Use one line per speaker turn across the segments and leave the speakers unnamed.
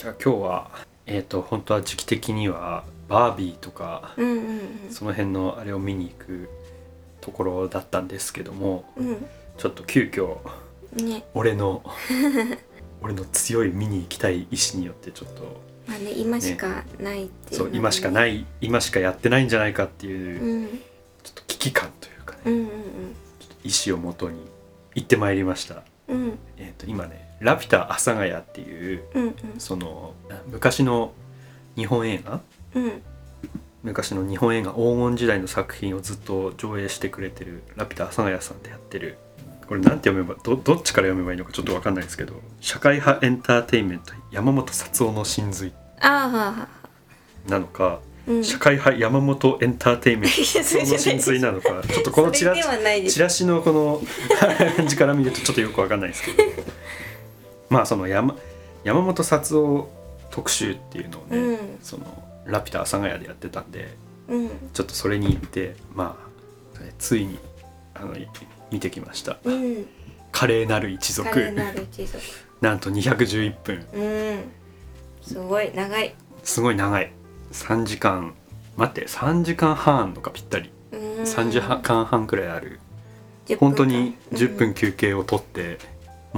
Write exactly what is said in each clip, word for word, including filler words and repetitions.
じゃあ今日はえっ、ー、と本当は時期的にはバービーとか、
うんうんうん、
その辺のあれを見に行くところだったんですけども、
うん、
ちょっと急遽、
ね、
俺の俺の強い見に行きたい意志によってちょっと、
まあね、今しかないっていうの、ね、
そう今しかない今しかやってないんじゃないかっていう、
うん、
ちょっと危機感というかね、
うんうんうん、
意志をもとに行ってまいりました。
うん、
えー、と今ねラピュタ阿佐ヶ谷っていう、
うんうん、
その昔の日本映画、
うん、
昔の日本映画黄金時代の作品をずっと上映してくれてるラピュタ阿佐ヶ谷さんでやってる、これなんて読めば ど, どっちから読めばいいのかちょっと分かんないですけど、社会派エンターテインメント山本薩夫の真髄なのか、うん、社会派山本エンターテインメント薩夫の真髄なのかちょっとこのチラチラシのこの感じから見るとちょっとよく分かんないですけどまあその 山, 山本薩夫特集っていうのをね、うん、そのラピュタ阿佐ヶ谷でやってたんで、うん、ちょっとそれに行ってまあついにあの見てきました、うん、華麗なる一族、華麗なる一族なんとにひゃくじゅういっぷん、うん、
すごい長い
すごい長いさんじかん待ってさんじかんはんあんのかぴったり、うん、さんじかんはんくらいある、本当にじゅっぷん休憩を取って、うん、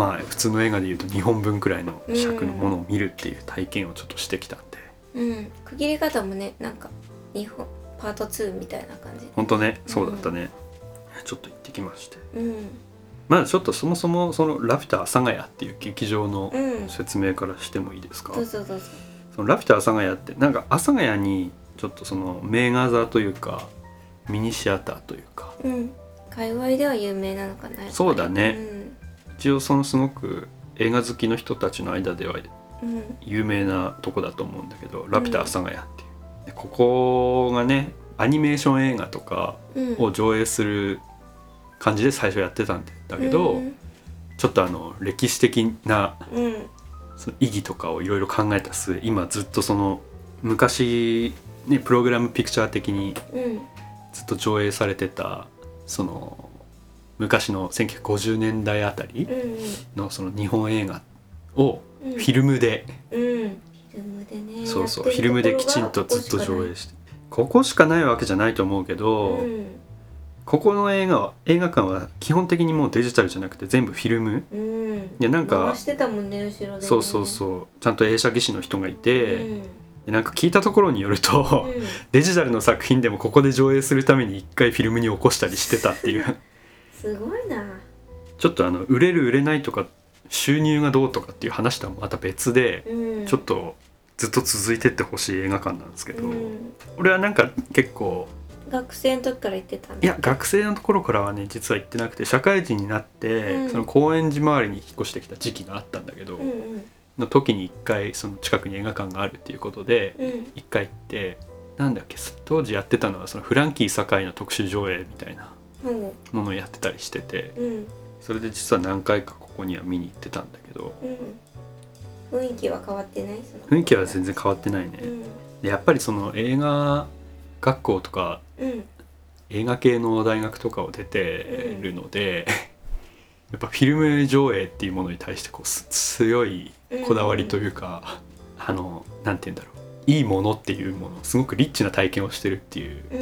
まあ普通の映画でいうとにほんぶんくらいの尺のものを見るっていう体験をちょっとしてきたんで、
うん、区切り方もねなんかにほんパートツーみたいな感じ、
本当ねそうだったね、うん、ちょっと行ってきまして、
うん、
まずちょっとそもそもそのラピュタ阿佐ヶ谷っていう劇場の説明からしてもいいですか、
うん、どうぞどうぞ。
そのラピュタ阿佐ヶ谷ってなんか阿佐ヶ谷にちょっとその名画座というかミニシアターというか、
うん、界隈では有名なのかな。
そうだね、うん、一応そのすごく映画好きの人たちの間では有名なとこだと思うんだけど、うん、ラピュタ阿佐ヶ谷っていう、でここがねアニメーション映画とかを上映する感じで最初やってたんだけど、うん、ちょっとあの歴史的な、うん、その意義とかをいろいろ考えた末、今ずっとその昔ねプログラムピクチャー的にずっと上映されてたその昔のせんきゅうひゃくごじゅうねんだいあたりのその日本映画をフィルムで、
うんうん、フィルムでね、
そうそうフィルムできちんとずっと上映して、ここしかないわけじゃないと思うけど、うん、ここの映画は映画館は基本的にもうデジタルじゃなくて全部フィルム、うん、いやなんか
回してたもんね後ろでね、
そうそうそうちゃんと映写技師の人がいて、うん、でなんか聞いたところによると、うん、デジタルの作品でもここで上映するために一回フィルムに起こしたりしてたっていう
すごいな。
ちょっとあの売れる売れないとか収入がどうとかっていう話とはまた別で、うん、ちょっとずっと続いてってほしい映画館なんですけど、うん、俺はなんか結構
学生の時から行ってたんだ。
いや学生のところからはね実は行ってなくて、社会人になって、うん、その高円寺周りに引っ越してきた時期があったんだけど、うんうん、の時に一回その近くに映画館があるっていうことで一、うん、回行って、なんだっけ当時やってたのはそのフランキー堺の特集上映みたいなものをやってたりしてて、うん、それで実は何回かここには見に行ってたんだけど、
うん、雰囲気は変わってない？その
雰囲気は全然変わってないね、うん、でやっぱりその映画学校とか、うん、映画系の大学とかを出てるので、うん、やっぱフィルム上映っていうものに対してこう強いこだわりというか、うん、あのなんて言うんだろう、いいものっていうものすごくリッチな体験をしてるっていう、うん、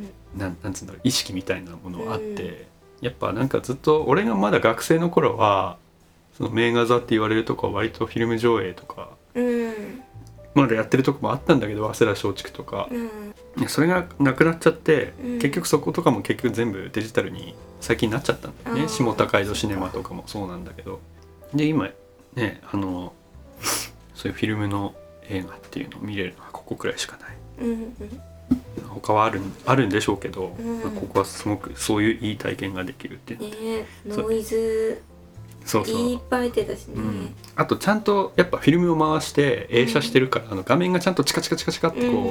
なんなんつうんだろう、意識みたいなものがあって、うん、やっぱなんかずっと俺がまだ学生の頃はその名画座って言われるとこは割とフィルム上映とか、うんまだやってるとこもあったんだけど、早稲田松竹とか、うん、それがなくなっちゃって、うん、結局そことかも結局全部デジタルに最近なっちゃったんだよね。下高井戸シネマとかもそうなんだけど、で今ねあのそういうフィルムの映画っていうのを見れるのはここくらいしかない、うん、他はあるあるんでしょうけど、うんまあ、ここはすごくそういういい体験ができるっていう、
ね、ノイズそうそういっぱい出てたしね、うん、
あとちゃんとやっぱフィルムを回して映写してるから、うん、あの画面がちゃんとチカチカチカチカってこう、うん、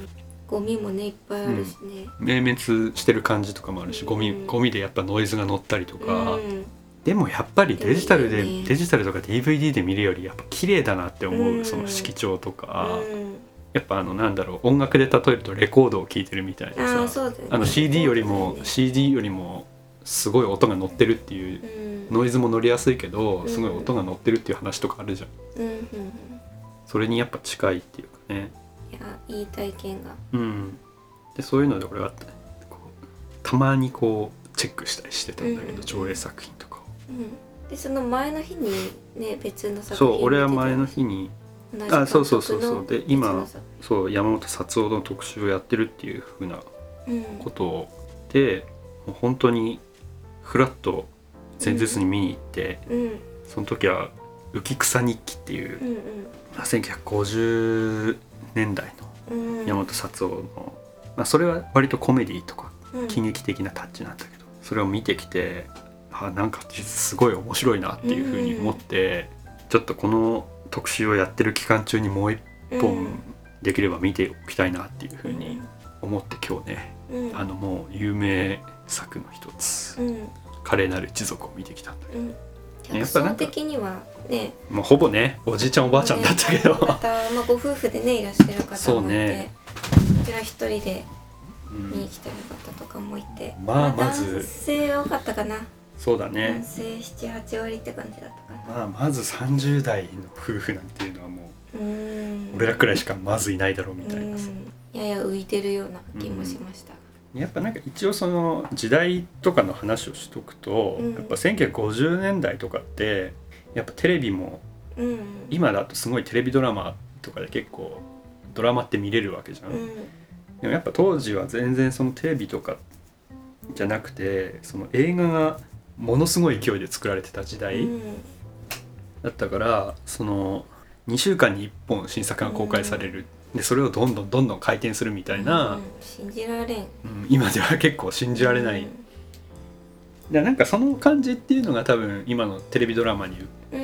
ゴミもねいっぱいあるしね、
うん、明滅してる感じとかもあるし、うん、ゴミゴミでやっぱノイズが乗ったりとか、うん、でもやっぱりデジタルで、ね、デジタルとか ディーブイディー で見るよりやっぱ綺麗だなって思う、うん、その色調とか、うん、やっぱあのなんだろう、音楽で例えるとレコードを聴いてるみたいなさ、あ、そうだよね、あの シーディー よりも、ね、シーディー よりもすごい音が乗ってるっていう、うん、ノイズも乗りやすいけどすごい音が乗ってるっていう話とかあるじゃん、うんうん、 それにやっぱ近いっていうかね。
いやいい体験が。
うんでそういうので俺はこうたまにこうチェックしたりしてたんだけど、うん、上映作品とかを、
うん、でその前の日にね別の作品
そう俺は前の日にあそうそうそうそうで今そう山本薩夫の特集をやってるっていうふうなことを、うん、でもう本当にフラッと前日に見に行って、うん、その時は浮草日記っていう、うんうんまあ、せんきゅうひゃくごじゅうねんだいの山本薩夫の、まあ、それは割とコメディとか喜劇的なタッチなんだけど、うん、それを見てきてあなんかすごい面白いなっていうふうに思って、うん、ちょっとこの特集をやってる期間中にもう一本できれば見ておきたいなっていうふうに思って今日ね、うん、あのもう有名作の一つ、うん、華麗なる一族を見てきたんだけど、うん
客層的にはね
もうほぼねおじいちゃんおばあちゃんだったけど、ね、
また、まあ、ご夫婦でねいらっしゃる方もいて、ね、こちら一人で見に来てる方とかもいて、うん、まあまず男性多かったかな。
そうだね
男性 ななはち 割って感じだったか
な。まあまずさんじゅう代の夫婦なんていうのはもううん俺らくらいしかまずいないだろうみたいなさ、
やや浮いてるような気もしました。
やっぱなんか一応その時代とかの話をしとくと、うん、やっぱせんきゅうひゃくごじゅうねんだいとかってやっぱテレビも、うん、今だとすごいテレビドラマとかで結構ドラマって見れるわけじゃん、うん、でもやっぱ当時は全然そのテレビとかじゃなくてその映画がものすごい勢いで作られてた時代、うん、だったからそのにしゅうかんにいっぽん新作が公開される、うんでそれをどんどんどんどん回転するみたいな、
うん、信じられん、うん、
今では結構信じられない、うん、でなんかその感じっていうのが多分今のテレビドラマに、うん、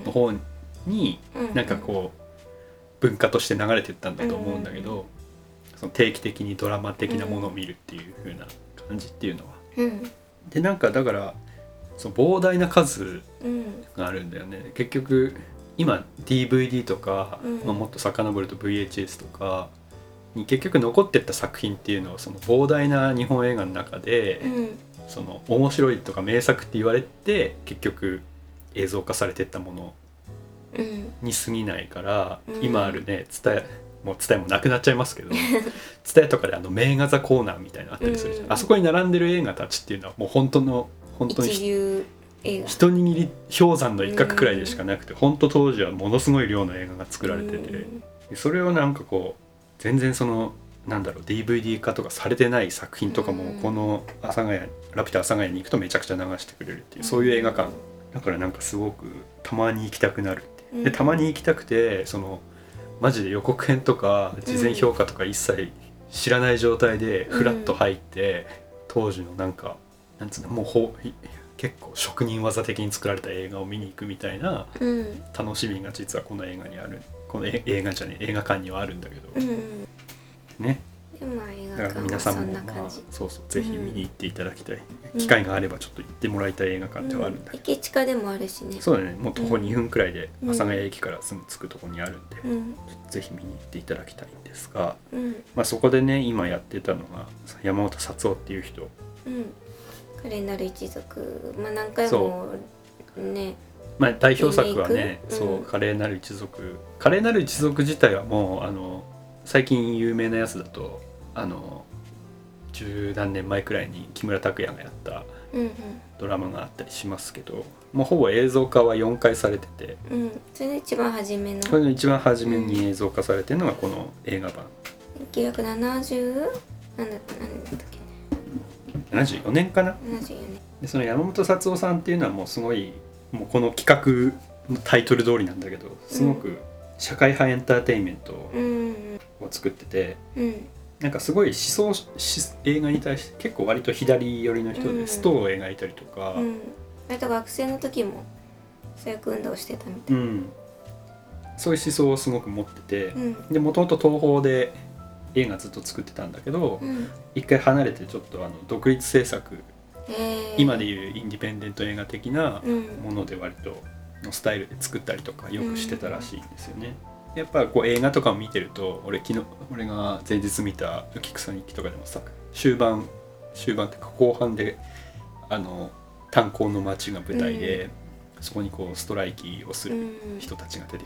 の方になんかこう文化として流れていったんだと思うんだけど、うん、その定期的にドラマ的なものを見るっていう風な感じっていうのは、うん、でなんかだからその膨大な数があるんだよね、結局今 ディーブイディー とか、うんまあ、もっと遡ると ブイエイチエス とかに結局残ってった作品っていうのをその膨大な日本映画の中で、うん、その面白いとか名作って言われて結局映像化されてったものに過ぎないから、うん、今あるねツタヤもうツタヤもなくなっちゃいますけどツタヤとかであの名画座コーナーみたいなのあったりするじゃん、うん、あそこに並んでる映画たちっていうのはもう本当の本当に
一流映画
一握り氷山の一角くらいでしかなくて、本当当時はものすごい量の映画が作られてて、それをなんかこう全然そのなんだろう ディーブイディー 化とかされてない作品とかもこの阿佐ヶ谷ラピュタ阿佐ヶ谷に行くとめちゃくちゃ流してくれるっていうそういう映画館だからなんかすごくたまに行きたくなるっていうでたまに行きたくてそのマジで予告編とか事前評価とか一切知らない状態でフラッと入って当時のなんかなんつうのもうほ結構職人技的に作られた映画を見に行くみたいな楽しみが実はこの映画にあるこの映画じゃね映画館にはあるんだけど、うん、ね
でも映画館はそんな感じ、
まあ、そうそうぜひ見に行っていただきたい、うん、機会があればちょっと行ってもらいたい映画館ではあるんだけど、
うん、駅近でもあるしね
そうだねもう徒歩にふんくらいで阿佐ヶ谷駅からすぐ着くところにあるんで、うん、ぜひ見に行っていただきたいんですが、うんまあ、そこでね今やってたのが山本薩夫っていう人、うん
華麗なる一族、まあ、何回もね
まあ、代表作はね、うん、そう華麗なる一族華麗なる一族自体はもうあの最近有名なやつだとあの十何年前くらいに木村拓哉がやったドラマがあったりしますけど、うんうん、もうほぼ映像化はよんかいされてて、
うん、それで一番初めの
それの一番初めに映像化されてるのがこの映画版、
せんきゅうひゃくななじゅうなんだったなんだったっけ
ななじゅうよねんかな
ななじゅうよねん
でその山本薩夫さんっていうのはもうすごいもうこの企画のタイトル通りなんだけどすごく社会派エンターテインメントを作ってて、うん、なんかすごい思想映画に対して結構割と左寄りの人でストを描いたりとか、うん、
割と学生の時も左翼運動してたみたいな、うん、
そういう思想をすごく持ってて、うん、でもともと東宝で映画ずっと作ってたんだけど、うん、一回離れてちょっとあの独立制作今でいうインディペンデント映画的なもので割とのスタイルで作ったりとかよくしてたらしいんですよね、うん、やっぱこう映画とかを見てると俺昨日俺が前日見た浮草日記とかでもさ終盤終盤っていうか後半であの炭鉱の町が舞台で、うん、そこにこうストライキをする人たちが出てきたりとか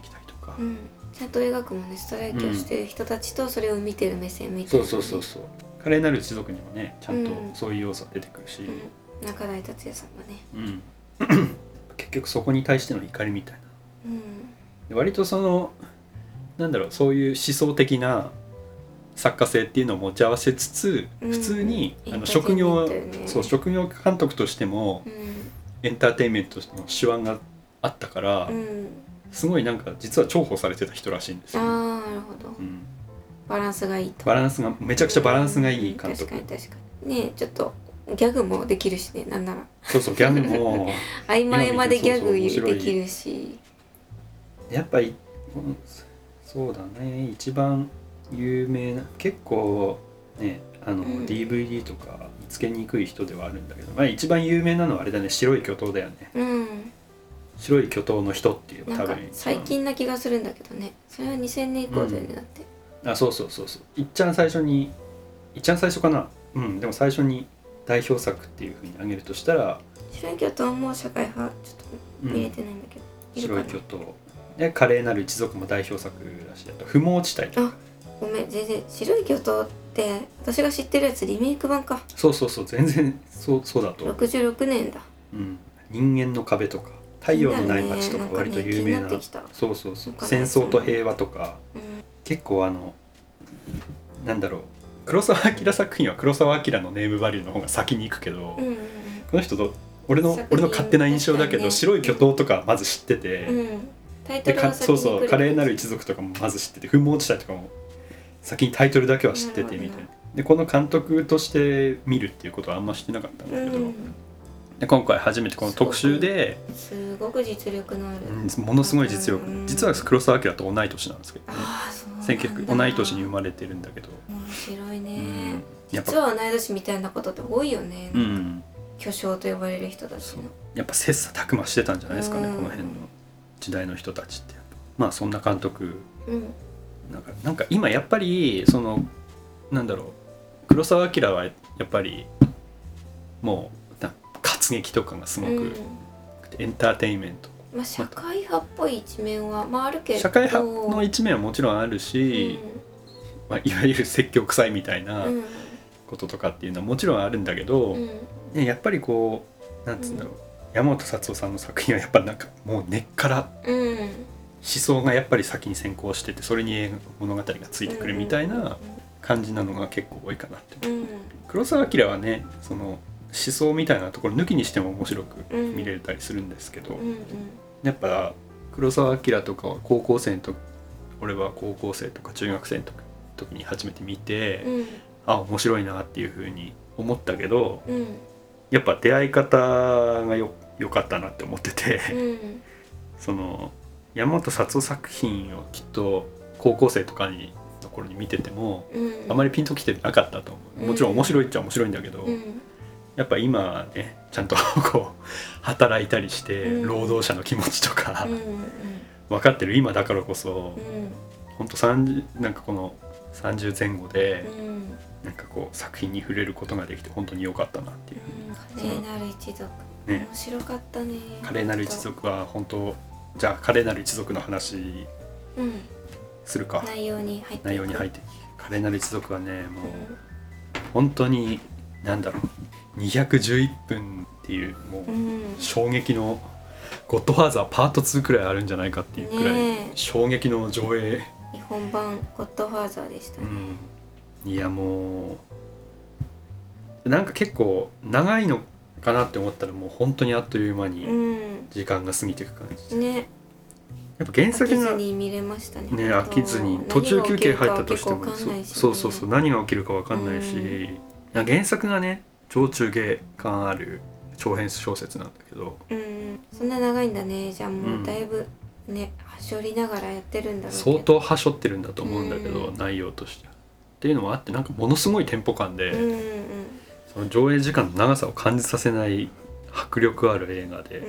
か、
うん、ちゃんと描くもんね。ストライキをしてる人たちとそれを見てる目線みたいな、ね、
そうそうそうそう。華麗なる一族にもねちゃんとそういう要素が出てくるし、
うん、中台達也さんがね、
うん、結局そこに対しての怒りみたいな、うん、割とそのなんだろう、そういう思想的な作家性っていうのを持ち合わせつつ、うん、普通にあの職業、ね、そう職業監督としても、うん、エンターテインメントとしての手腕があったから、うん、すごいなんか実は重宝されてた人らしいんですよ、ね、
ああなるほど、うん、バランスがいいと。
バランスがめちゃくちゃバランスがいい監督、
確かに確かにね。ちょっとギャグもできるしね、なんなら
そうそうギャグも
合間合間でギャグできるし、
やっぱりそうだね、一番有名な結構ねあの、うん、ディーブイディー とか見つけにくい人ではあるんだけど、まあ、一番有名なのはあれだね、白い巨頭だよね、うん、白い巨頭の人っていうのは多分
最近な気がするんだけどね。それはにせんねん以降だよね、うん、だって
あそうそうそうそう、いっちゃん最初にいっちゃん最初かな、うんでも最初に代表作っていうふうに挙げるとしたら
白い巨頭も社会派ちょっと見れてないんだけど、
うん、白い巨頭で華麗なる一族も代表作らしい。あと不毛地帯とか、
あごめん全然白い巨頭って私が知ってるやつリメイク版か。
そうそうそう全然そうそうだと
ろくじゅうろくねんだ、
うん、人間の壁とか太陽のない街とか割と有名 な, な、ね、そうそうそう戦争と平和とか、うん、結構あのなんだろう黒澤明作品は黒澤明のネームバリューの方が先に行くけど、うんうん、この人と俺の俺の勝手な印象だけど、ね、白い巨頭とかまず知ってて、うん、タイトルは先に来る。そうそう華麗なる一族とかもまず知ってて、不毛地帯とかも先にタイトルだけは知っててみたいな。でこの監督として見るっていうことはあんましてなかったんだけど、うん、で今回初めてこの特集です
ごく実力のある、
うん、ものすごい実力、うん、実は黒澤明と同い年なんですけどね。
あそうなんだ。
せんきゅうひゃく同い年に生まれてるんだけど
面白いね、うん、実は同い年みたいなことって多いよね。なんか、うん、巨匠と呼ばれる人たちの
やっぱ切磋琢磨してたんじゃないですかね、うん、この辺の時代の人たちって。まあそんな監督、うん、なんか、なんか今やっぱりそのなんだろう黒澤明はやっぱりもう活劇とかがすごく、うん、エンターテインメント、
まあ、社会派っぽい一面は、まあ、あるけど
社会派の一面はもちろんあるし、うんまあ、いわゆる説教臭いみたいなこととかっていうのはもちろんあるんだけど、うんね、やっぱりこうなんつうんだろう、うん、山本達夫さんの作品はやっぱなんかもう根っから、うん思想がやっぱり先に先行してて、それに物語がついてくるみたいな感じなのが結構多いかなって、うん、黒澤明はねその思想みたいなところ抜きにしても面白く見れたりするんですけど、うんうんうん、やっぱ黒澤明とかは高校生の時、俺は高校生とか中学生の時に初めて見て、うん、あ面白いなっていう風に思ったけど、うん、やっぱ出会い方がよ良かったなって思ってて、うん、その山本達夫作品をきっと高校生とかにの頃に見てても、うん、あまりピンときてなかったと思う。もちろん面白いっちゃ面白いんだけど、うん、やっぱ今ねちゃんとこう働いたりして、うん、労働者の気持ちとか、うん、分かってる今だからこそ、うん、ほんとさんじゅうなんかこのさんじゅうぜん後で、うん、なんかこう作品に触れることができて本当に良かったなっていう、
うん、華麗なる一族、ね、面白かったね。
華麗なる一族は本当じゃあ華麗なる一族の話するか、
うん、内容に入って
内容に入って華麗なる一族はねもう、うん、本当になんだろうにひゃくじゅういっぷんっていうもう衝撃の、ゴッドファーザーパートツーくらいあるんじゃないかっていうくらい衝撃の上映、ね、
日本版ゴッドファーザーでしたね、
うん、いやもうなんか結構長いのかなって思ったらもう本当にあっという間に時間が過ぎていく感じ、うん、ね、やっぱ原作が
飽きずに見れましたね。
ね飽きずに途中休憩入ったとしても、ね、そうそうそう何が起きるか分かんないし、うん、原作がね上中下感ある長編小説なんだけど、
うん、そんな長いんだね。じゃあもうだいぶね、うん、はしょりながらやってるんだろうけど
相当はしょってるんだと思うんだけど、うん、内容としてはっていうのもあってなんかものすごいテンポ感で、うんうん、その上映時間の長さを感じさせない迫力ある映画で、うん、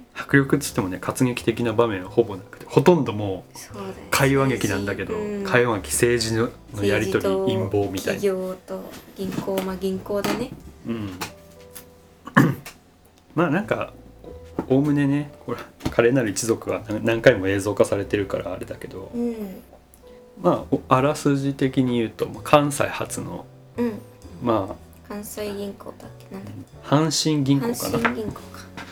迫力っつってもね活劇的な場面はほぼなくてほとんどもう会話劇なんだけど、うん、会話劇政治 の, のやり取り陰謀みたいな、企
業と銀行まあ銀行だね、
うんまあなんかおおむねねこれ華麗なる一族は何回も映像化されてるからあれだけど、
うん、
まああらすじ的に言うと関西発の、
うん、
まあ
関西銀行だっけなんだっけ
阪神銀行かな
阪神銀行か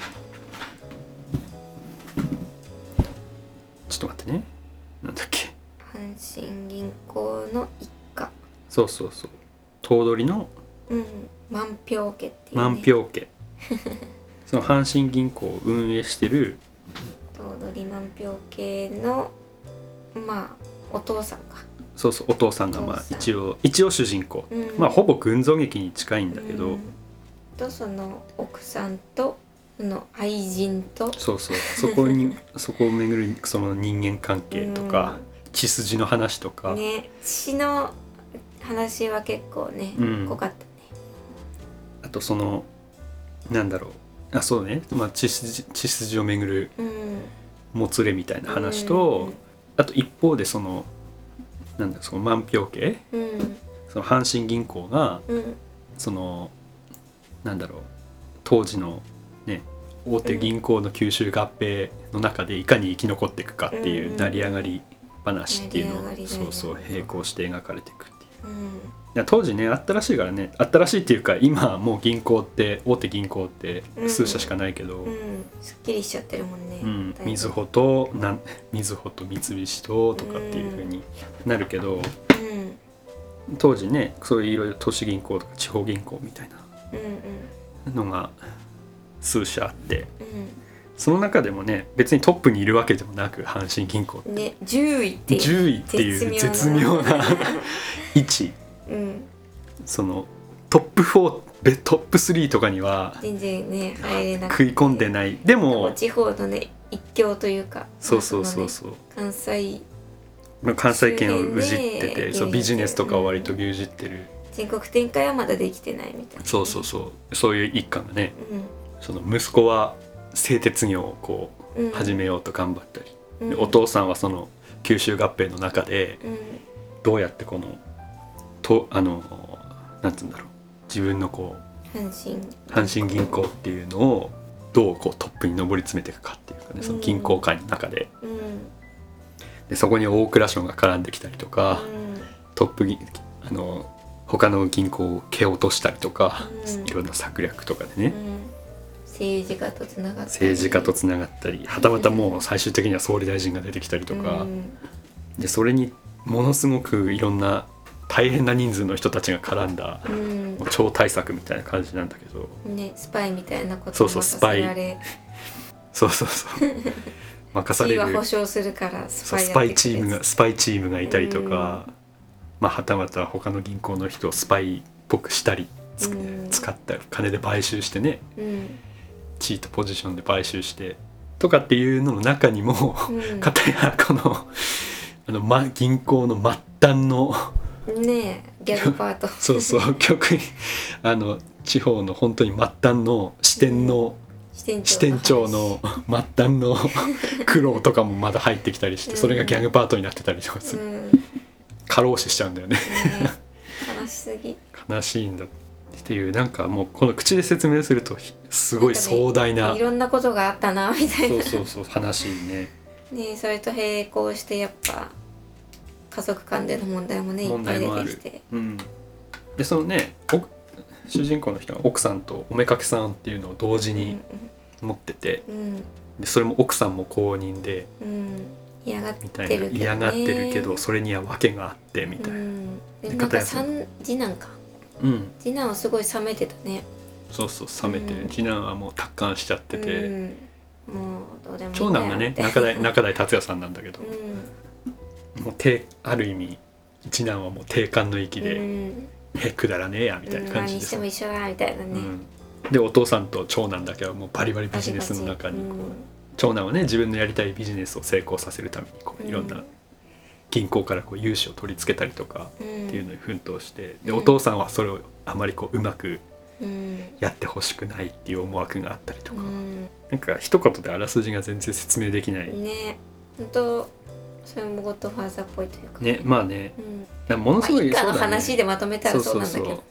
ちょっと待ってねなんだっけ
阪神銀行の一家
そうそうそう頭取の
うん万票家っていう、ね、
万票家その阪神銀行を運営してる
頭取万票家のまあお父さんか
そうそうお父さんがまあ一応一応主人公、
うん、
まあほぼ群像劇に近いんだけど、うん、
とその奥さんとその愛人と
そうそうそこにそこをめぐるその人間関係とか、うん、血筋の話とか
ね血の話は結構ね、うん、濃かったね。
あとそのなんだろうあそうね、まあ、血筋血筋をめぐるもつれみたいな話と、うん、あと一方でそのなんだその万票家、うん、その阪神銀行が、うん、そのなんだろう当時のね大手銀行の吸収合併の中でいかに生き残っていくかっていう成り上がり話っていうのを、うん、そうそう並行して描かれていくっていう、うん、いや当時ねあったらしいからねあったらしいっていうか今もう銀行って大手銀行って数社しかないけど、
うんうん、すっきりしちゃってるもんね、
うん、みずほとなんみずほと三菱ととかっていう風になるけど、うん、当時ねそういういろいろ都市銀行とか地方銀行みたいなのが数社あって、うん、その中でもね別にトップにいるわけでもなく阪神銀行って、
ね、じゅういっていう
じゅういっていう絶妙な位置、
うん、
そのトップフォートップスリーとかには
全然ね入れなく
て食い込んでないでも
地方のね一強というか
そうそうそうそう、
ね、関西
関西圏をうじっててそうビジネスとかを割と牛耳ってる、
うん、全国展開はまだできてないみたいな、ね、
そうそうそうそういう一家がね、うん、その息子は製鉄業をこう、うん、始めようと頑張ったり、うん、でお父さんはその吸収合併の中で、うん、どうやってこのとあのなんて言うんだろう自分のこう
阪神
阪神銀行っていうのをどうこうトップに上り詰めていくかっていうかねその銀行界の中で、うん、でそこに大蔵省が絡んできたりとか、うん、トップ銀あの他の銀行を蹴落としたりとか、うん、いろんな策略とかでね、うん、
政治家とつながったり
政治家とつながったりはたまたもう最終的には総理大臣が出てきたりとか、うん、でそれにものすごくいろんな大変な人数の人たちが絡んだ、うん、超大作みたいな感じなんだけど、
ね、スパイみたいなことを任せられ
そうそうそう任される
地位は保証するから
スパイ、スパイチームがスパイチームがいたりとか、うんまあ、はたまた他の銀行の人をスパイっぽくしたり、うん、使った金で買収してね、うん、地位とポジションで買収してとかっていうのの中にも、うん、かたやこのあの、ま、銀行の末端の
ねえギャグパート
そうそう局員あの地方の本当に末端の支店の、うん、支店長の末端の苦労とかもまだ入ってきたりして、うん、それがギャグパートになってたりとかする、うん、過労死しちゃうんだよね、ね
悲しすぎ
悲しいんだっていうなんかもうこの口で説明するとすごい壮大 な, な、
ね、いろんなことがあったなみたいな
そうそうそう話ね
ねそれと並行してやっぱ家族間での問題もねいっぱい出てきて、
うん、でそのね主人公の人が奥さんとおめかけさんっていうのを同時に持ってて、うんうん、でそれも奥さんも公認で、
うん、嫌がってるけど、ね、
嫌がってるけどそれには訳があってみたいな、うん、
でなんか三次男か、うん、次男はすごい冷めてたね
そうそう冷めてる、うん、次男はもう達観しちゃってて、うん、
もうどうでもいいんだよ
長男がね中台中台達也さんなんだけど、うん、もう低ある意味次男はもう定感の域で、うん、えくだらねえやみたいな感じで、うん、
何しても一緒だみたいなね、うん、
でお父さんと長男だけはもうバリバリビジネスの中にこう、うん、長男はね自分のやりたいビジネスを成功させるためにこういろんな銀行からこう融資を取り付けたりとかっていうのに奮闘して、でお父さんはそれをあまりこううまくやってほしくないっていう思惑があったりとか、うん、なんか一言であらすじが全然説明できない
ね本当それもゴッドファーザーっぽいというか
ねまあね、うん、ものすごい
一家の話でまとめたらそうなんだけど、そうそうそう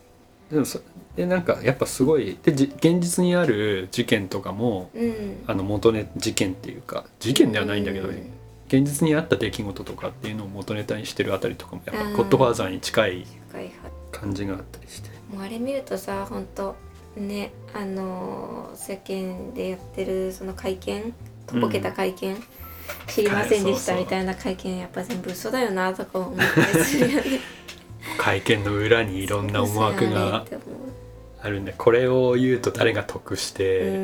でもそでなんかやっぱすごいでじ現実にある事件とかも、
うん、
あの元ネ事件っていうか事件ではないんだけど、うん、現実にあった出来事とかっていうのを元ネタにしてるあたりとかもやっぱゴッドファーザーに近い感じがあったりして、
もうあれ見るとさ本当ね、あのー、世間でやってるその会見とぼけた会見、うん、知りませんでしたみたいな会見やっぱ全部嘘だよなとか思ったりするよね
会見の裏にいろんな思惑があるんで、これを言うと誰が得して、うん、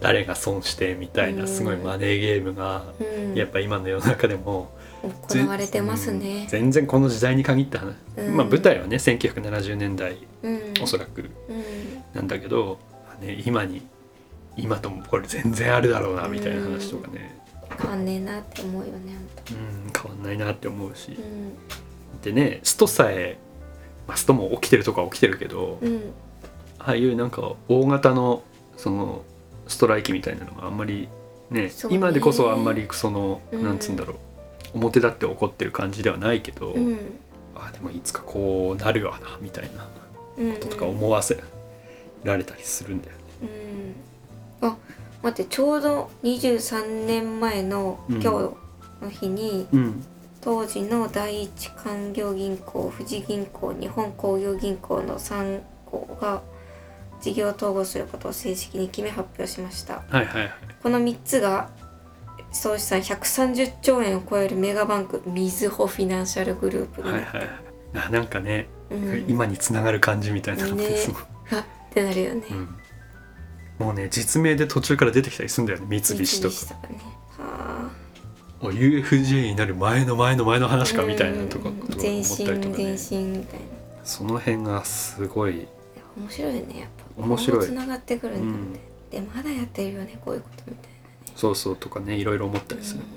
誰が損してみたいなすごいマネーゲームが、うん、やっぱ今の世の中でも
行われてますね、
うん、全然この時代に限った話、うん、まあ舞台はねせんきゅうひゃくななじゅうねんだい、うん、おそらくなんだけど、ね、今に今ともこれ全然あるだろうなみたいな話とかね、
変わんねえなって思うよね、
うん、変わんないなって思うし、うん、でねストさえ、まあ、ストも起きてるとこは起きてるけど、うん、ああいうなんか大型のそのストライキみたいなのがあんまり ね, ね今でこそあんまりその、うん、なんつうんだろう表立って起こってる感じではないけど、うん、あでもいつかこうなるわなみたいなこととか思わせられたりするんだよね、
うん、あ待ってちょうどにじゅうさんねんまえの今日の日に、うん、当時の第一勧業銀行、富士銀行、日本工業銀行のさん行が事業統合することを正式に決め発表しました、
はいはいはい、
このみっつが総資産ひゃくさんじゅっちょうえんを超えるメガバンクみずほフィナンシャルグループになって、はいはい、
あなんかね、うん、今につながる感じみたいなのってすごい、
ね、あってなるよね、
うん、もうね実名で途中から出てきたりするんだよね、三菱とか、三菱とかね、はあ、ユーエフジェー になる前の前の前の話かみたいなとかことを思ったりとかね、
前進みたいな、
その辺がすごい
面白いね、やっぱ
面白い、
つながってくるんだって、うん、でまだやってるよねこういうことみたいなね、
そうそうとかねいろいろ思ったりする、うん、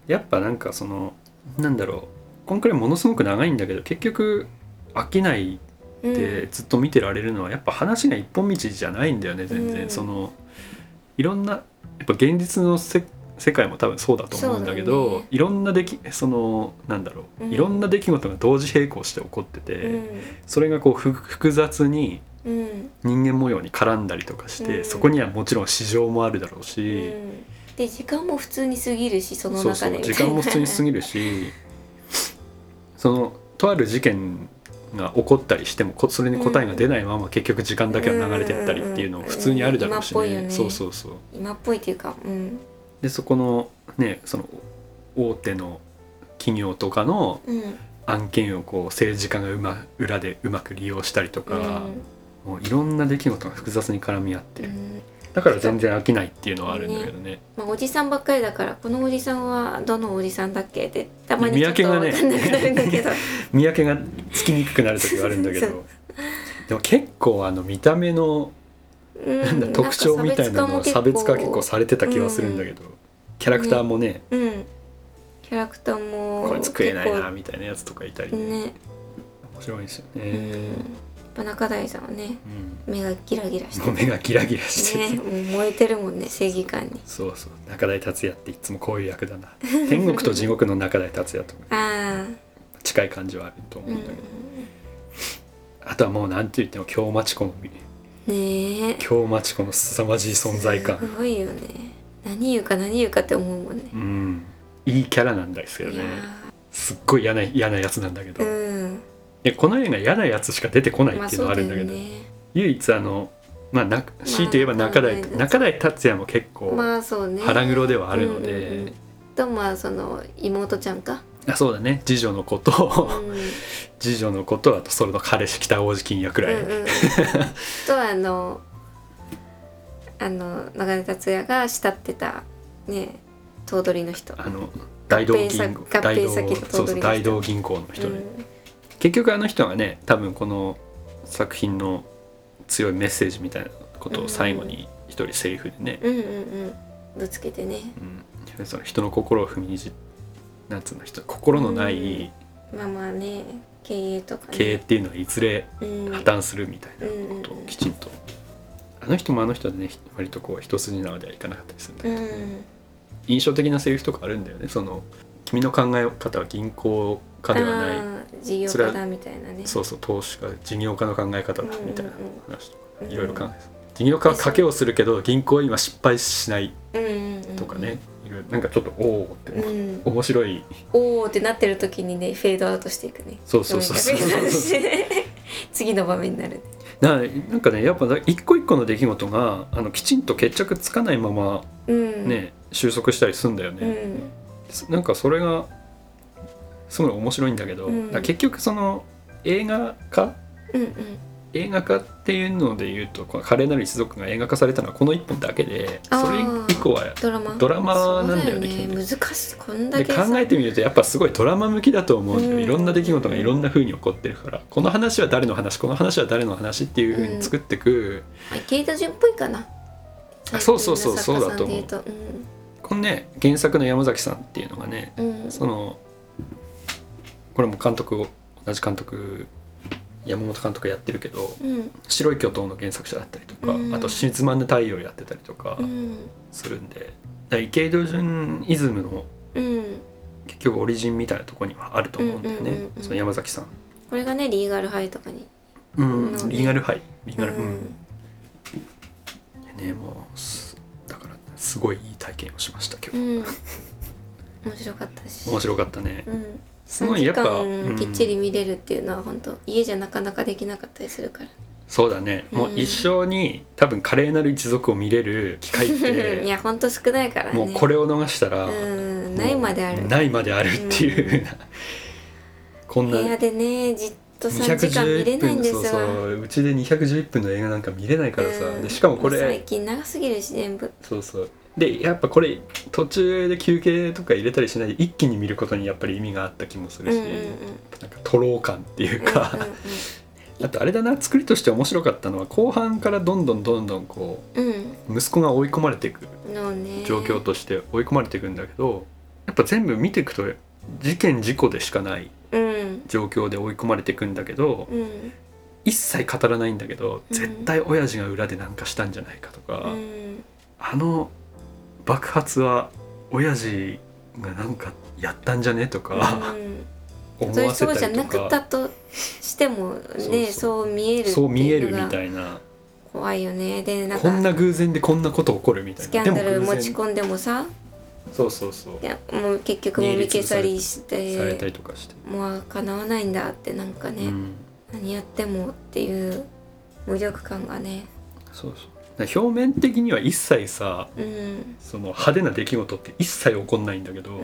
やっぱなんかそのなんだろうこんくらいものすごく長いんだけど結局飽きないでずっと見てられるのはやっぱ話が一本道じゃないんだよね全然、うん、そのいろんなやっぱ現実のせ世界も多分そうだと思うんだけど、ね、いろんな出来そのなんだろう、うん、いろんな出来事が同時並行して起こってて、うん、それがこうふ複雑に人間模様に絡んだりとかして、うん、そこにはもちろん市場もあるだろうし、うん、
で時間も普通に過ぎるしその中で
そうそう時間も普通に過ぎるしそのとある事件が起こったりしてもそれに答えが出ないまま結局時間だけは流れてったりっていうのも普通にあるだろうしね、うんうんうん、今っぽいよね、そうそうそう
今っぽいっていうか、うん、
でそこのねその大手の企業とかの案件をこう政治家がう、ま、裏でうまく利用したりとか、うん、もういろんな出来事が複雑に絡み合って、うん、だから全然飽きないっていうのはあるんだけどね、
まあ、おじさんばっかりだからこのおじさんはどのおじさんだっけってたまにちょっと分かんなくなるんだけど
見分けがつきにくくなる時はあるんだけどでも結構あの見た目のなんだ特徴みたいなのは差別化結構されてた気がするんだけど、うん、キャラクターもね、
うん、キャラクターも
こいつ食えないなみたいなやつとかいたり ね, ね面白いですよね、
うん、中台さんはね、うん、目がギラギラして
目がギラギラして
ね、もう燃えてるもんね正義感に
そうそう中台達也っていつもこういう役だな天国と地獄の中台達也とかあ近い感じはあると思うんだけど、うん、あとはもうなんて言っても京町子の
ね
京町子の凄まじい存在感
すごいよね何言うか何言うかって思うもんね、
うん、いいキャラなんですよねすっごい嫌な嫌なやつなんだけど、うん、でこの映画嫌なやつしか出てこないっていうのはあるんだけど、まあね、唯一あのまあ強いて言えば中台、まあ、中台達也も結構腹黒ではあるので、まあうんうん、
とまあその妹ちゃんか
あそうだね次女の子と、うん、次女の子とあとそれの彼氏北大路欣也くらい、うんうん、
とあのあの中台達也が慕ってたね頭取の人
あの大道銀行大道そうそう大道銀行の人で、うん、結局あの人がね多分この作品の強いメッセージみたいなことを最後に一人セリフでね、
うんうんうん、ぶつけてね、
うん、その人の心を踏みにじなんつうの人心のない、
うん、まあまあね経営とか、ね、
経営っていうのはいずれ破綻するみたいなことをきちんと、うんうんうん、あの人もあの人でね割とこう一筋縄ではいかなかったりするんだけど、うん、印象的なセリフとかあるんだよねその君の考え方は銀行家ではない
事業家だみたいなね。
そうそう、投資家事業家の考え方だみたいな話とか、いろいろ考えて、事業家は賭けをするけど銀行は今失敗しないとかね、いろいろなんかちょっとおおって、うん、面白い
おおってなってる時にねフェードアウトしていくね。
そうそうそうそう
次の場面になる。
な, なんかねやっぱ一個一個の出来事があのきちんと決着つかないままね、うん、収束したりするんだよね、うん、なんかそれがすごい面白いんだけど、うん、結局その映画化、うんうん、映画化っていうのでいうと華麗なる一族が映画化されたのはこのいっぽんだけで、それ以降はドラマ、ドラマなんだよね。
そうだよね、難しい。こんだけ
で考えてみるとやっぱすごいドラマ向きだと思うんだよ、うん、いろんな出来事がいろんな風に起こってるから、この話は誰の話、この話は誰の話っていう風に作ってく、
うん、池井戸潤っぽいかな。
そうそうそうそうだと思う、うん、このね原作の山崎さんっていうのがね、うん、そのこれも監督を同じ監督山本監督やってるけど、うん、白い巨塔の原作者だったりとか、うん、あとシズマンヌ太陽やってたりとかするんで、だ池井戸潤イズムの、うん、結局オリジンみたいなところにはあると思うんだよね、うんうんうんうん、その山崎さん。
これがねリーガルハイとかに、
うん、リーガルハイリーガル、うんうん、ね、もうだからすごいいい体験をしました今日、うん、
面白かったし
面白かったね、
うん、すごいやっぱさんじかんきっちり見れるっていうのは本当、うん、家じゃなかなかできなかったりするから。
そうだね、もう一生に多分華麗なる一族を見れる機会って
いや本当少ないからね。
もうこれを逃したら、
うん、ないまである
ないまであるっていう風な、うん、こんな
部屋でねじっとさんじかん見れないんですよ。
そうそううちでにひゃくじゅういっぷんの映画なんか見れないからさ、うん、でしかもこれ
最近長すぎるし全部。
そうそうでやっぱこれ途中で休憩とか入れたりしないで一気に見ることにやっぱり意味があった気もするし、うんうんうん、なんかとろう感っていうか、うんうんうん、あとあれだな、作りとして面白かったのは後半からどんどんどんどんこう、うん、息子が追い込まれていく状況として追い込まれていくんだけど、やっぱ全部見ていくと事件事故でしかない状況で追い込まれていくんだけど、うん、一切語らないんだけど、うん、絶対親父が裏で何かしたんじゃないかとか、うん、あの爆発は親父がなんかやったんじゃねとか、うん、思わせたりとか、そうじゃなく
たとしてもね、そうそう、そう見えるっていうのが
そう見えるみたいな、
怖いよね。でなんか
こんな偶然でこんなこと起こるみたいな、
スキャンダル持ち込んでもさ、
そうそうそう、
いやもう結局もみ消さりして
されたりとかして、
もう叶わないんだってなんかね、うん、何やってもっていう無力感がね、
そうそう、表面的には一切さ、うん、その派手な出来事って一切起こんないんだけど、うん、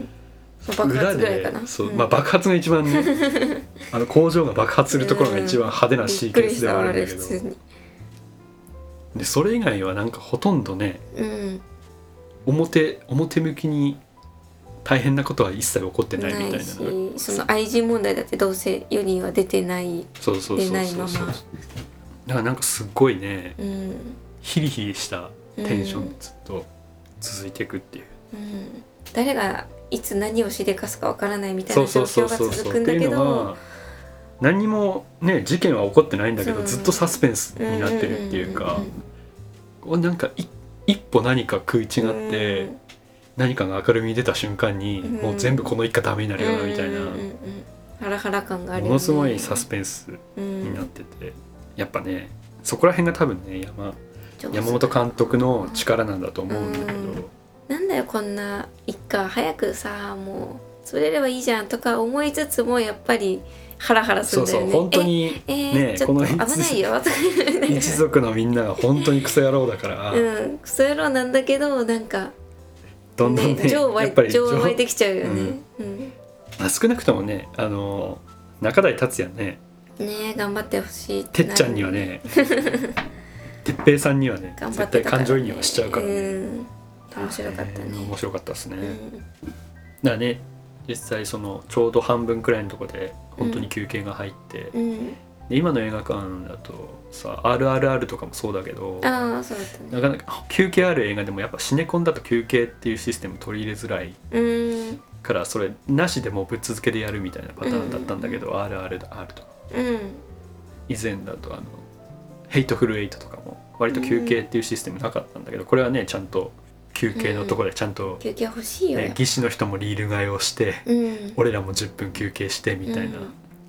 爆発ぐらいかな、
そう、うん、まあ、爆発が一番ねあの工場が爆発するところが一番派手なシーケンスではあるんだけど、うん、でそれ以外はなんかほとんどね、うん、表, 表向きに大変なことは一切起こってないみたいな、ないし、
その愛人問題だってどうせ世には出てない、
そうそうそうそう、出ないまま、だからなんかすっごいね、うん、ヒリヒリしたテンションずっと続いていくっていう、うん、
誰がいつ何をしでかすかわからないみたいな状況が続くんだけど、
何にもね事件は起こってないんだけど、ずっとサスペンスになってるっていうか、なんかい一歩何か食い違って、うん、何かが明るみに出た瞬間に、うん、もう全部この一家ダメになるようなみたいな、うんうんうん、
ハラハラ感があるよね。
ものすごいサスペンスになってて、うん、やっぱねそこら辺が多分ね 山, 山本監督の力なんだと思うんだけど、うん、
なんだよこんな一家早くさもう潰れればいいじゃんとか思いつつもやっぱりハラハラするんだよね。
そうそう本当に
え、えー、ねちょっと危ないよ
一族のみんなが本当にクソ野郎だから、
うん、クソ野郎なんだけどなんか
どんどんね
情湧いてきちゃうよね、うんうん
まあ、少なくともねあの中台達也ね
ね頑張ってほしい。
てっちゃんにはねてっぺいさんにはね絶対感情移入はしちゃうからね、うん、
面白かったね、
えー、面白かったですね、うん、だからね実際そのちょうど半分くらいのところで本当に休憩が入って、うん、で今の映画館だとさ アールアールアール とかもそうだけど、
あそうだったね、
なかなか休憩ある映画でもやっぱシネコンだと休憩っていうシステム取り入れづらい、うん、からそれなしでもうぶっ続けでやるみたいなパターンだったんだけど、うん、アールアールアール とか、うん、以前だとあのヘイトフルエイトとかも割と休憩っていうシステムなかったんだけど、これはねちゃんと休憩のところでちゃんと、
うん、休憩欲しいよ、
ね、技師の人もリール替えをして、うん、俺らもじゅっぷん休憩してみたいな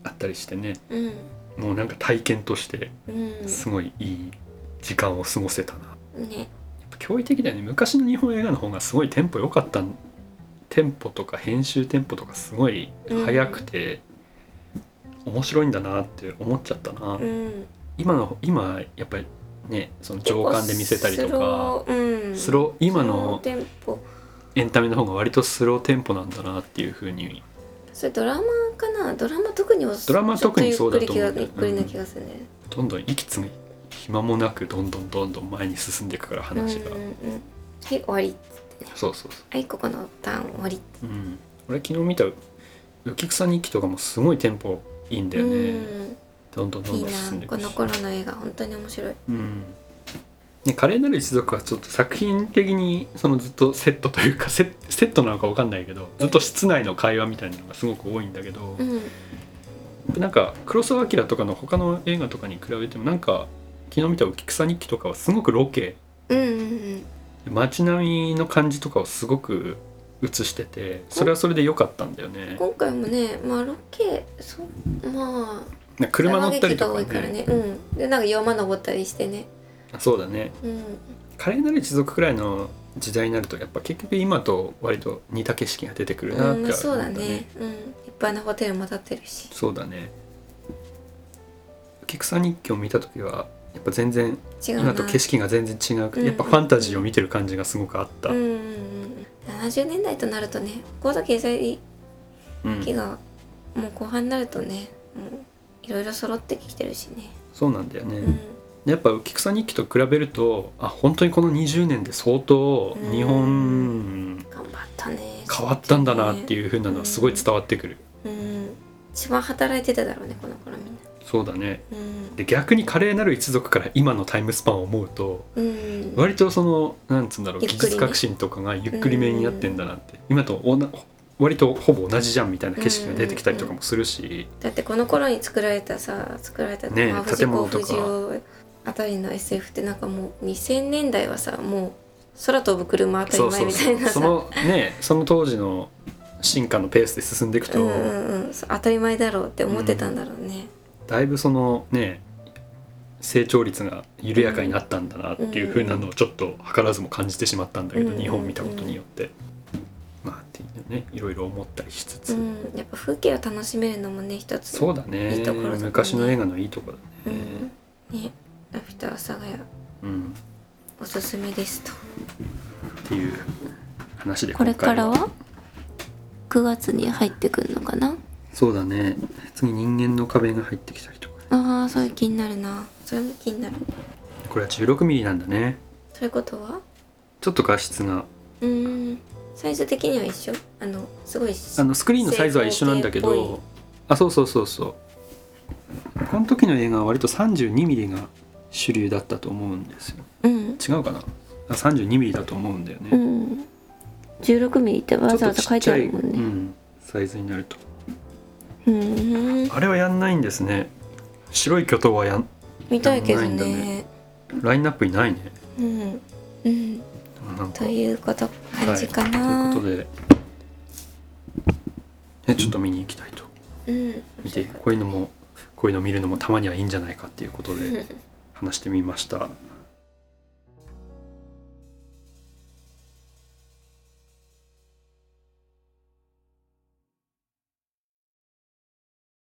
あったりしてね、
うん、
もうなんか体験としてすごいいい時間を過ごせたな、
うん、ね、
驚異的だよね。昔の日本映画の方がすごいテンポ良かった。テンポとか編集テンポとかすごい速くて面白いんだなって思っちゃったな、うん、今の今やっぱりね、その上巻で見せたりとか、うん、スロー今のエンタメの方が割とスローテンポなんだなっていう風に。
それドラマかな。ドラマ特に
ドラマは特にそうだと思う、
ゆっくりな気がするね、
うん、どんどん息継ぎ暇もなくどんどんどんどん前に進んでいくから話が、うんうんうん、
はい終わりっつってね、
そうそうそう、
はいここのターン終わり、
うん、俺昨日見た浮草日記とかもすごいテンポいいんだよね、うん、どんどんどんどん進んでいくし、
いいなこの頃の映画本当に面白い、
うんね、華麗なる一族はちょっと作品的にそのずっとセットというかセットなのか分かんないけどずっと室内の会話みたいなのがすごく多いんだけど、うん、なんか黒澤明とかの他の映画とかに比べてもなんか昨日見た浮草日記とかはすごくロケ、うんうんうん、街並みの感じとかをすごく映しててそれはそれで良かったんだよね。
今回もね、まあロケそまあ
車乗ったりとかね、
からね、うん、でなんか山登ったりしてね。
そうだね、うん、華麗なる一族くらいの時代になるとやっぱ結局今と割と似た景色が出てくるなって、ね、うん、
そうだね、うん、いっぱいなホテルも建ってるし。
そうだね。浮草日記を見た時はやっぱ全然今と景色が全然違うくて、やっぱファンタジーを見てる感じがすごくあった、うんうんうん、
ななじゅうねんだいとなるとね高度経済期がもう後半になるとね、もういろいろ揃ってきてるしね。
そうなんだよね、うん、やっぱ浮草日記と比べるとあ本当にこのにじゅうねんで相当日本
頑張ったね
変わったんだなっていう風なのはすごい伝わってくる、
うんうん、一番働いてただろうねこの頃みんな。
そうだね、うん、で逆に華麗なる一族から今のタイムスパンを思うと、うん、割とそのなんつうんだろう、ね、技術革新とかがゆっくりめにやってんだなって、うん、今とおな割とほぼ同じじゃんみたいな景色が出てきたりとかもするし、うんうんうん、
だってこの頃に作られたさ作られた、
ね、建物とか
あたりの エスエフ ってなんかもうにせんねんだいはさもう空飛ぶ車当たり前みたいなさ、
そうそうそうそのねその当時の進化のペースで進んでいくと、うん
うんうん、当たり前だろうって思ってたんだろうね、
うん、だいぶそのね成長率が緩やかになったんだなっていう風なのをちょっと図らずも感じてしまったんだけど、うん、日本見たことによって、まあっていうねいろいろ思ったりしつつ、うん、
やっぱ風景を楽しめるのもね一つ
そうだね、いいところだね、昔の映画のいいところだね、
うん、ねラピュタ阿佐ヶ谷、うん、おすすめですと
っていう話で
これからはくがつに入ってくるのかな。
そうだね、次人間の壁が入ってきたりとか、
ああそれ気になるな。それも気になる。
これはじゅうろくミリなんだね。
そういうことは
ちょっと画質が
うーんサイズ的には一緒、あのすごい
あのスクリーンのサイズは一緒なんだけど、あそうそうそうそうこの時の映画は割と さんじゅうにミリ が主流だったと思うんですよ、うん、違うかなあ さんじゅうにミリ だと思うんだよね、うん、
じゅうろくミリ ってわざわざ書いてあるもんね、うん、
サイズになるとうんあれはやんないんですね。白い巨頭はやん
見たいけど ね, ね
ラインナップにないね。
うんうんなんかということ感じかな、
はい、ということで、ね、ちょっと見に行きたいと、うん、見てこういうのもこういうの見るのもたまにはいいんじゃないかっていうことで話してみました。